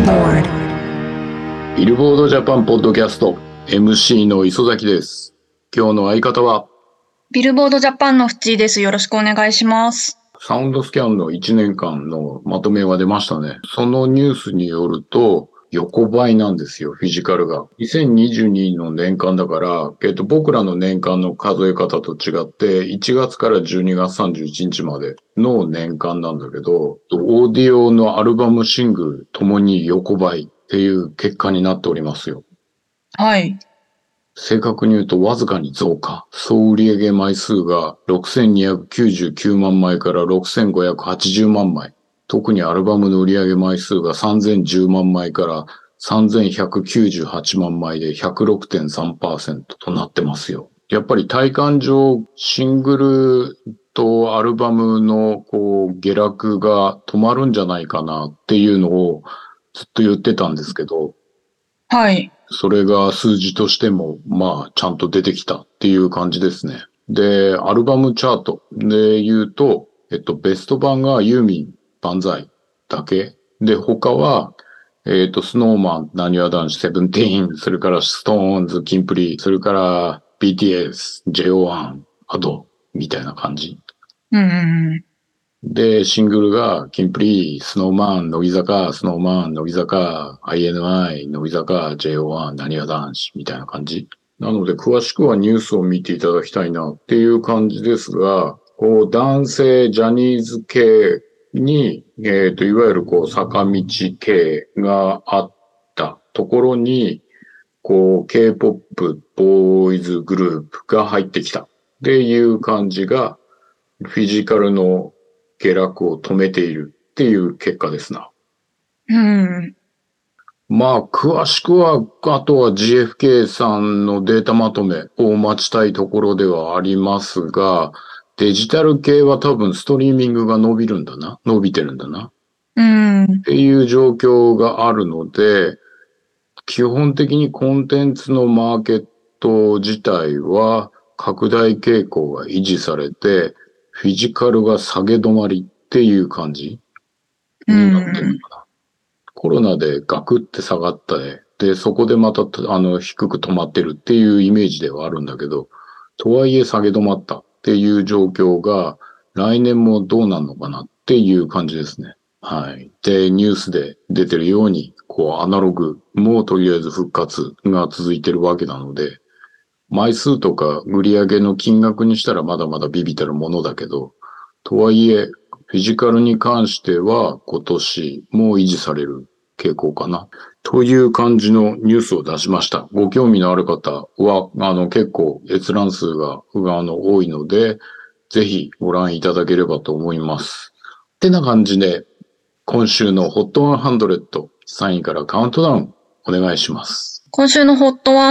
Billboard。 ビルボードジャパンポッドキャスト MC の磯崎です。今日の相方はビルボードジャパンのフッチーです。よろしくお願いします。 サウンドスキャンの1年間のまとめが出ましたね。そのニュースによると横ばいなんですよ、フィジカルが。2022の年間だから、僕らの年間の数え方と違って、1月から12月31日までの年間なんだけど、オーディオのアルバムシングルともに横ばいっていう結果になっておりますよ。 はい。 正確に言うとわずかに増加。総売上枚数が6299万枚から6580万枚。特にアルバムの売上枚数が3010万枚から3198万枚で 106.3% となってますよ。やっぱり体感上シングルとアルバムの下落が止まるんじゃないかなっていうのをずっと言ってたんですけど、 はい。 それが数字としても、ちゃんと出てきたっていう感じですね。で、アルバムチャートで言うと、ベスト版がユーミン、万歳だけ。で、他は、スノーマン、なにわ男子、セブンティーン、それからストーンズ、キンプリ、それから BTS、JO1、アド、みたいな感じ。で、シングルが、キンプリ、スノーマン、乃木坂、スノーマン、乃木坂、INI、乃木坂、JO1、なにわ男子、みたいな感じ。なので、詳しくはニュースを見ていただきたいなっていう感じですが、男性ジャニーズ系に、いわゆる坂道系があったところに、K-POP、ボーイズグループが入ってきたっていう感じが、フィジカルの下落を止めているっていう結果ですな。詳しくは、あとは GFK さんのデータまとめを待ちたいところではありますが、デジタル系は多分ストリーミングが伸びてるんだな。っていう状況があるので、基本的にコンテンツのマーケット自体は拡大傾向が維持されて、フィジカルが下げ止まりっていう感じになってるのかな。コロナでガクって下がったで、そこでまた低く止まってるっていうイメージではあるんだけど、とはいえ下げ止まったっていう状況が来年もどうなるのかなっていう感じですね。はい。で、ニュースで出てるように、アナログもとりあえず復活が続いてるわけなので、枚数とか売上の金額にしたらまだまだビビたるものだけど、とはいえ、フィジカルに関しては今年も維持される傾向かな。という感じのニュースを出しました。ご興味のある方は、結構閲覧数が、多いので、ぜひご覧いただければと思います。ってな感じで、今週の HOT100 3位からカウントダウンお願いします。 今週の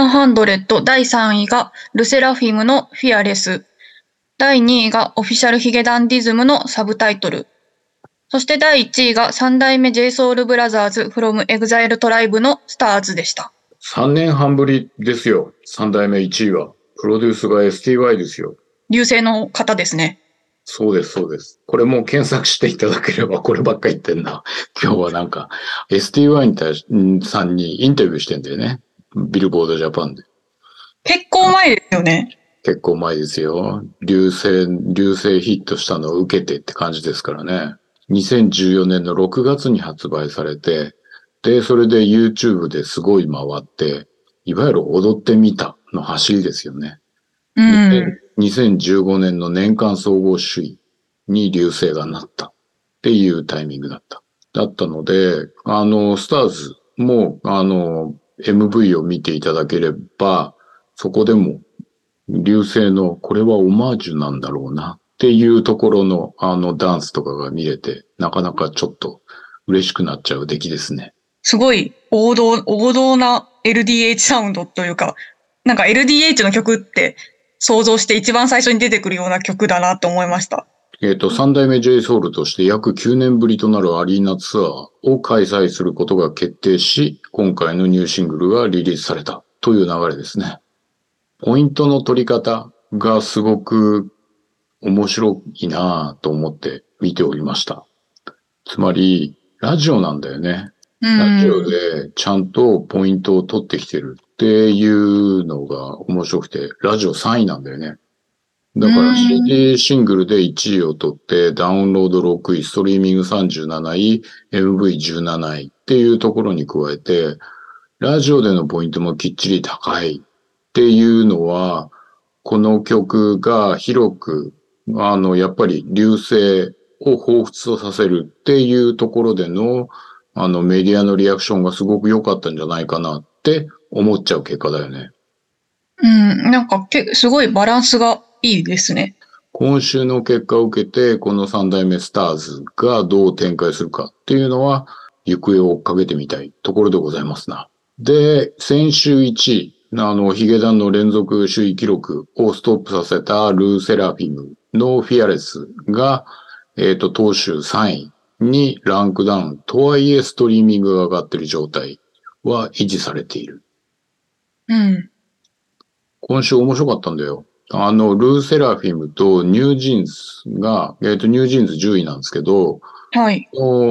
HOT100 第3位がルセラフィムのフィアレス。第2位がオフィシャルヒゲダンディズムのサブタイトル。そして第1位が三代目 JSOULBROTHERS from EXILE TRIBEのスターズでした。 3年半ぶりですよ。3代目1位は。プロデュースが STY ですよ。 流星の方ですね。 そうです、そうです。これも検索していただければ、こればっか言ってんな。今日はなんか、STY に対し、さんにインタビューしてんだよね。ビルボードジャパンで。 結構前ですよね。 結構前ですよ。流星ヒットしたのを受けてって感じですからね。2014年の6月に発売されて、で、それで YouTube ですごい回って、いわゆる踊ってみたの走りですよね。2015年の年間総合首位に流星がなったっていうタイミングだった。だったので、スターズも、MV を見ていただければ、そこでも、流星のこれはオマージュなんだろうなっていうところのダンスとかが見れて、なかなかちょっと嬉しくなっちゃう出来ですね。 すごい王道な LDH サウンドというか、なんか LDH の曲って想像して一番最初に出てくるような曲だなと思いました。 三代目 JSOUL として約9年ぶりとなるアリーナツアーを開催することが決定し、今回のニューシングルがリリースされたという流れですね。ポイントの取り方がすごく面白いなぁと思って見ておりました。つまり、ラジオなんだよね。 ラジオでちゃんとポイントを取ってきてるっていうのが面白くて、ラジオ3位なんだよね。だから CD シングルで1位を取って、ダウンロード6位、ストリーミング37位、MV17 位っていうところに加えて、ラジオでのポイントもきっちり高いっていうのは、この曲が広く、やっぱり流星を彷彿とさせるっていうところでの、メディアのリアクションがすごく良かったんじゃないかなって思っちゃう結果だよね。 なんかすごいバランスがいいですね。 今週の結果を受けて、この三代目スターズがどう展開するかっていうのは、行方を追っかけてみたいところでございますな。で、先週1位、ヒゲダンの連続首位記録をストップさせたルーセラフィムのフィアレスが、当週3位にランクダウンとはいえストリーミングが上がっている状態は維持されている。今週面白かったんだよ。ルーセラフィムとニュージーンズが、ニュージーンズ10位なんですけど、 はい。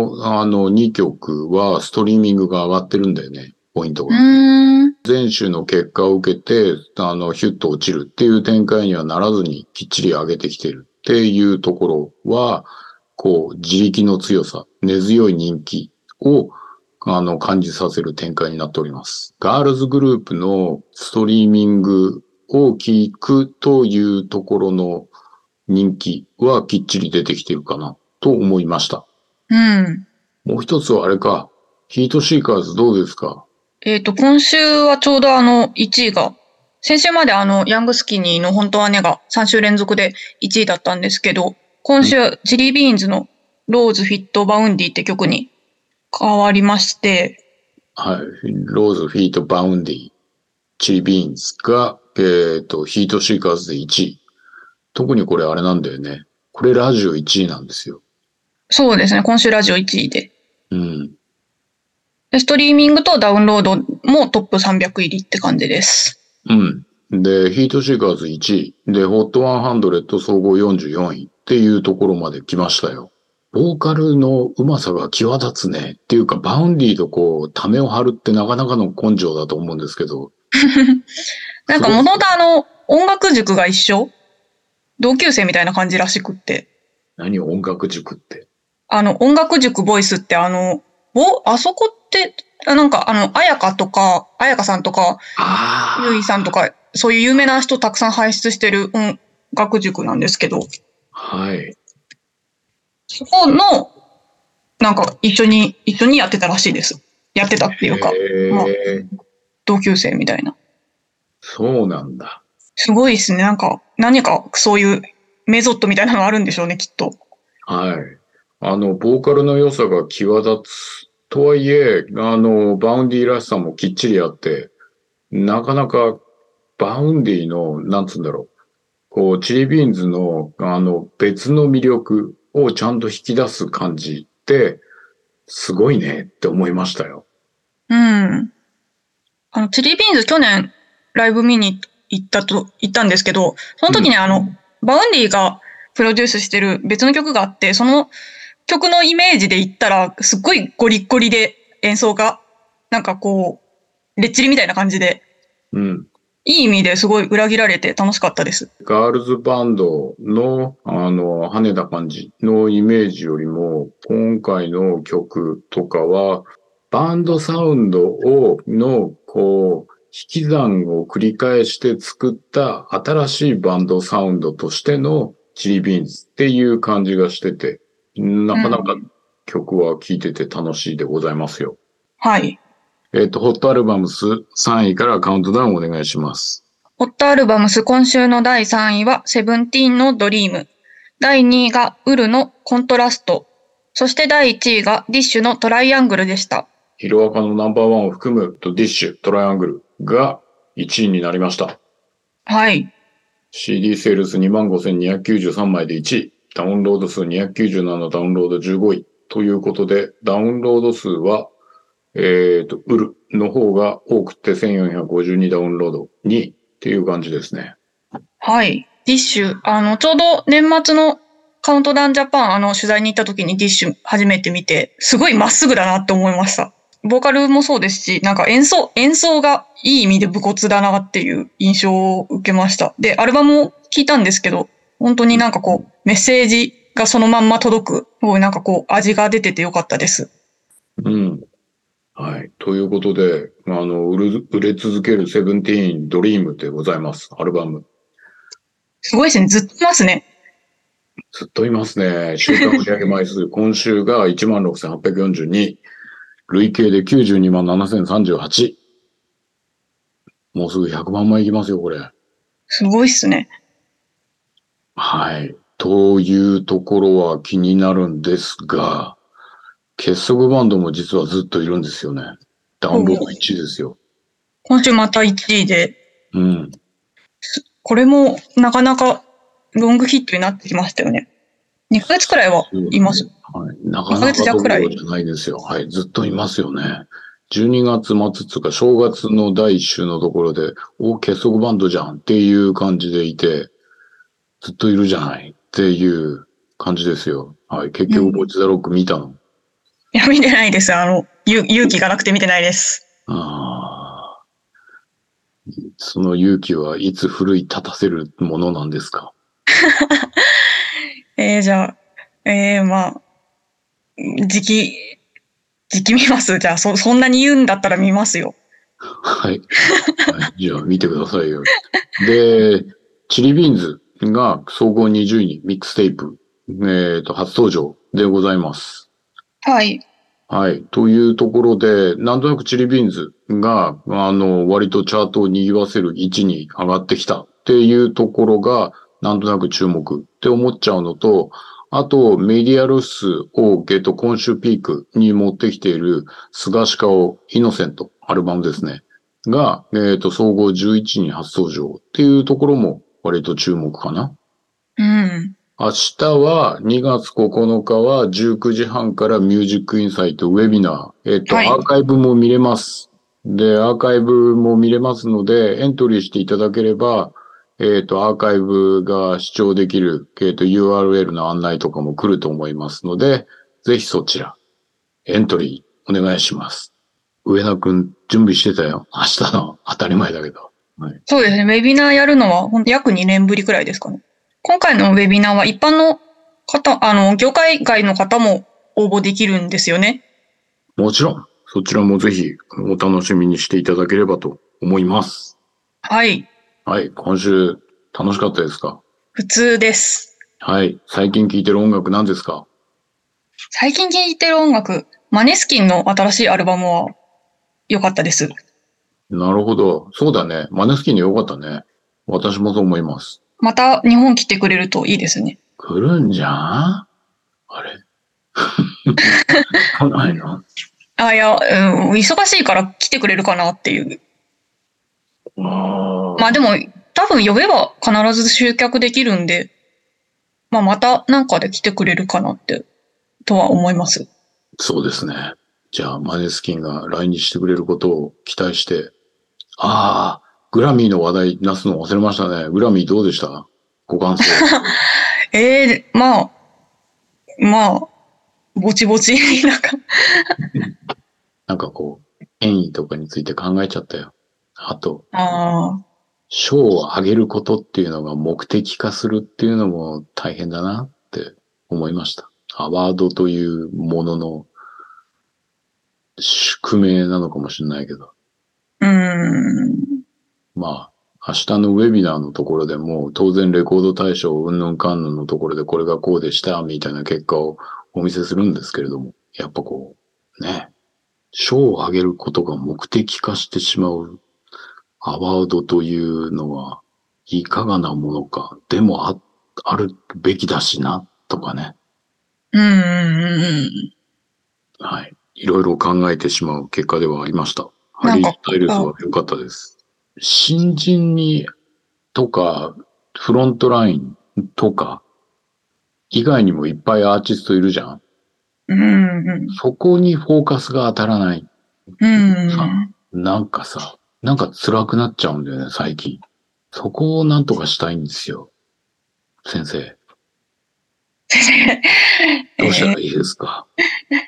2曲はストリーミングが上がってるんだよね、ポイントが。前週の結果を受けて、ヒュッと落ちるっていう展開にはならずにきっちり上げてきてるっていうところは、自力の強さ、根強い人気を、感じさせる展開になっております。ガールズグループのストリーミングを聞くというところの人気はきっちり出てきてるかなと思いました。もう一つはあれか、ヒートシーカーズどうですか？ 今週はちょうど1位が、先週までヤングスキニーの本当はねが3週連続で1位だったんですけど、今週はジリービーンズのローズフィットバウンディって曲に変わりまして。 はい。ローズフィットバウンディ、チリビーンズが、ヒートシーカーズで1位。特にこれあれなんだよね。これラジオ1位なんですよ。 そうですね。今週ラジオ1位で。で、ストリーミングとダウンロードもトップ300入りって感じです。 で、ヒートシーカーズ1位。で、ホット100総合44位っていうところまで来ましたよ。ボーカルのうまさが際立つね。っていうか、バウンディとためを張るってなかなかの根性だと思うんですけど。 なんかもともと音楽塾が一緒？同級生みたいな感じらしくって。 何音楽塾って。 音楽塾ボイスってあそこって、なんか彩香さんとか、ゆいさんとか、そういう有名な人たくさん輩出してる音楽塾なんですけど。 はい。 そこの、なんか一緒にやってたらしいです。やってたっていうか、同級生みたいな。 そうなんだ。 すごいですね。なんか、何かそういうメソッドみたいなのがあるんでしょうね、きっと。 はい。ボーカルの良さが際立つ。とはいえ、バウンディらしさもきっちりあって、なかなか、バウンディの、なんつうんだろう。チリビーンズの、別の魅力をちゃんと引き出す感じって、すごいねって思いましたよ。 チリビーンズ去年ライブ見に行ったんですけど、その時にバウンディがプロデュースしてる別の曲があって、その曲のイメージで言ったら、すっごいゴリッゴリで演奏が、なんかレッチリみたいな感じで、いい意味ですごい裏切られて楽しかったです。 ガールズバンドの、跳ねた感じのイメージよりも、今回の曲とかは、バンドサウンドの、引き算を繰り返して作った新しいバンドサウンドとしてのチリビーンズっていう感じがしてて、なかなか曲は聴いてて楽しいでございますよ。 はい。 ホットアルバムス3位からカウントダウンお願いします。 ホットアルバムス今週の第3位はセブンティーンのドリーム。第2位がウルのコントラスト。そして第1位がディッシュのトライアングルでした。 ヒロアカのナンバーワンを含むディッシュ、トライアングルが1位になりました。 はい。 CD セールス25,293枚で1位。ダウンロード数297、ダウンロード15位。ということで、ダウンロード数は、ウルの方が多くて1452ダウンロード2位っていう感じですね。 はい。ディッシュ、ちょうど年末のカウントダウンジャパン、取材に行った時にディッシュ初めて見て、すごいまっすぐだなって思いました。 ボーカルもそうですし、なんか演奏がいい意味で武骨だなっていう印象を受けました。で、アルバムを聴いたんですけど、本当になんかこう、メッセージがそのまんま届く、すごいなんかこう、味が出ててよかったです。 うん。はい。ということで、売れ続けるセブンティーンドリームでございます。アルバム。 すごいですね。ずっといますね。 ずっといますね。週間売上枚数、今週が16,842。累計で92万7,038。もうすぐ100万枚いきますよ、これ。 すごいっすね。 はい。というところは気になるんですが、結束バンドも実はずっといるんですよね。ダウンロード1位ですよ。 今週また1位で、 うん。 これもなかなかロングヒットになってきましたよね。2ヶ月くらいはいます。 はい。なか 2ヶなか月弱くらい。 どころじゃないですよ。はい。ずっといますよね。12月末つうか正月の第一週のところで、結束バンドじゃんっていう感じでいて、ずっといるじゃないっていう感じですよ。はい。結局、ボイスザロック見たの。 いや、見てないです。勇気がなくて見てないです。 ああ。その勇気はいつ奮い立たせるものなんですか？ じゃあ、まあ、時期、時期見ます。じゃあ、そんなに言うんだったら見ますよ。 はい。はい、じゃあ見てくださいよ。で、チリビーンズが総合20位にミックステープ、初登場でございます。 はい。 はい。というところで、なんとなくチリビーンズが、割とチャートを賑わせる位置に上がってきたっていうところが、なんとなく注目って思っちゃうのと、あと、メディアロスを、今週ピークに持ってきている、菅氏顔イノセント、アルバムですね。が、総合11に初登場っていうところも割と注目かな。 うん。 明日は2月9日は19時半からミュージックインサイトウェビナー。 はい。 アーカイブも見れます。で、アーカイブも見れますので、エントリーしていただければ、アーカイブが視聴できる、URL の案内とかも来ると思いますので、ぜひそちら、エントリーお願いします。上田くん、準備してたよ。明日の当たり前だけど。はい、 そうですね。ウェビナーやるのは、ほんと約2年ぶりくらいですかね。今回のウェビナーは一般の方、業界外の方も応募できるんですよね。 もちろん、そちらもぜひお楽しみにしていただければと思います。 はい。 はい、今週楽しかったですか？ 普通です。 はい、最近聴いてる音楽何ですか？ 最近聴いてる音楽、マネスキンの新しいアルバムは良かったです。 なるほど。そうだね。マネスキンでよかったね。私もそう思います。 また日本来てくれるといいですね。 来るんじゃん？あれ来ないの？ いや、忙しいから来てくれるかなっていう。まあでも、多分呼べば必ず集客できるんで、まあまたなんかで来てくれるかなって、とは思います。 そうですね。じゃあ、マネスキンが来日してくれることを期待して。ああ、グラミーの話題出すの忘れましたね。グラミーどうでした？ご感想。 まあ、ぼちぼち、なんか。 なんかこう、権威とかについて考えちゃったよ。あと、 ああ、 賞を上げることっていうのが目的化するっていうのも大変だなって思いました。アワードというものの宿命なのかもしれないけど。まあ、明日のウェビナーのところでも、当然レコード大賞うんぬんかんぬんのところでこれがこうでしたみたいな結果をお見せするんですけれども、やっぱこう、ね、賞を上げることが目的化してしまうアワードというのはいかがなものか。でもあるべきだしな、とかね。はい。いろいろ考えてしまう結果ではありました。ハリー・スタイルスは良かったです。新人にとか、フロントラインとか、以外にもいっぱいアーティストいるじゃん。そこにフォーカスが当たらない。なんかさ、なんか辛くなっちゃうんだよね、最近。そこをなんとかしたいんですよ。先生。どうしたらいいですか？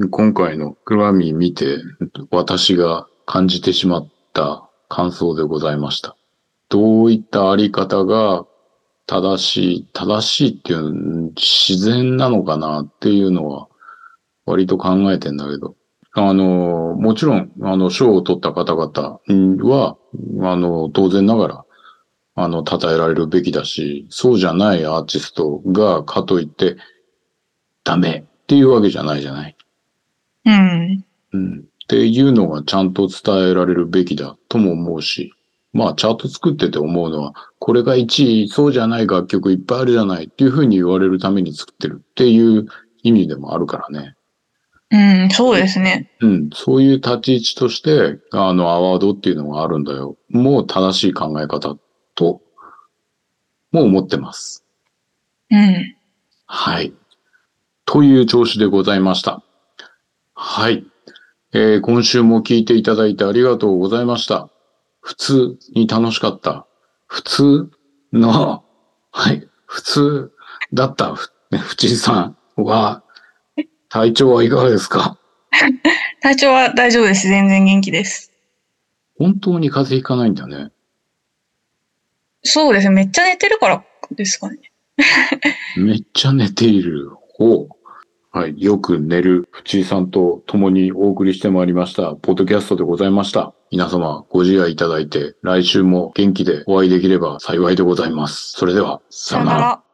今回のグラミー見て、私が感じてしまった感想でございました。どういったあり方が正しいっていう自然なのかなっていうのは割と考えてんだけど。もちろん、賞を取った方々は、当然ながら、称えられるべきだし、そうじゃないアーティストが、かといって、ダメっていうわけじゃないじゃない。 うん。 っていうのがちゃんと伝えられるべきだとも思うし、まあチャート作ってて思うのは、これが1位、そうじゃない楽曲いっぱいあるじゃないっていうふうに言われるために作ってるっていう意味でもあるからね。 うん、そうですね。 そういう立ち位置として、アワードっていうのがあるんだよ。もう正しい考え方と、も思ってます。 うん。 はい。という調子でございました。はい。今週も聞いていただいてありがとうございました。普通に楽しかった。普通の、はい。普通だった、藤井さんは、体調はいかがですか？ 体調は大丈夫です。全然元気です。 本当に風邪ひかないんだね。 そうですね。めっちゃ寝てるからですかね。 めっちゃ寝ている方。はい。よく寝る藤井さんと共にお送りしてまいりました。ポッドキャストでございました。皆様ご自愛いただいて、来週も元気でお会いできれば幸いでございます。それでは、さようなら。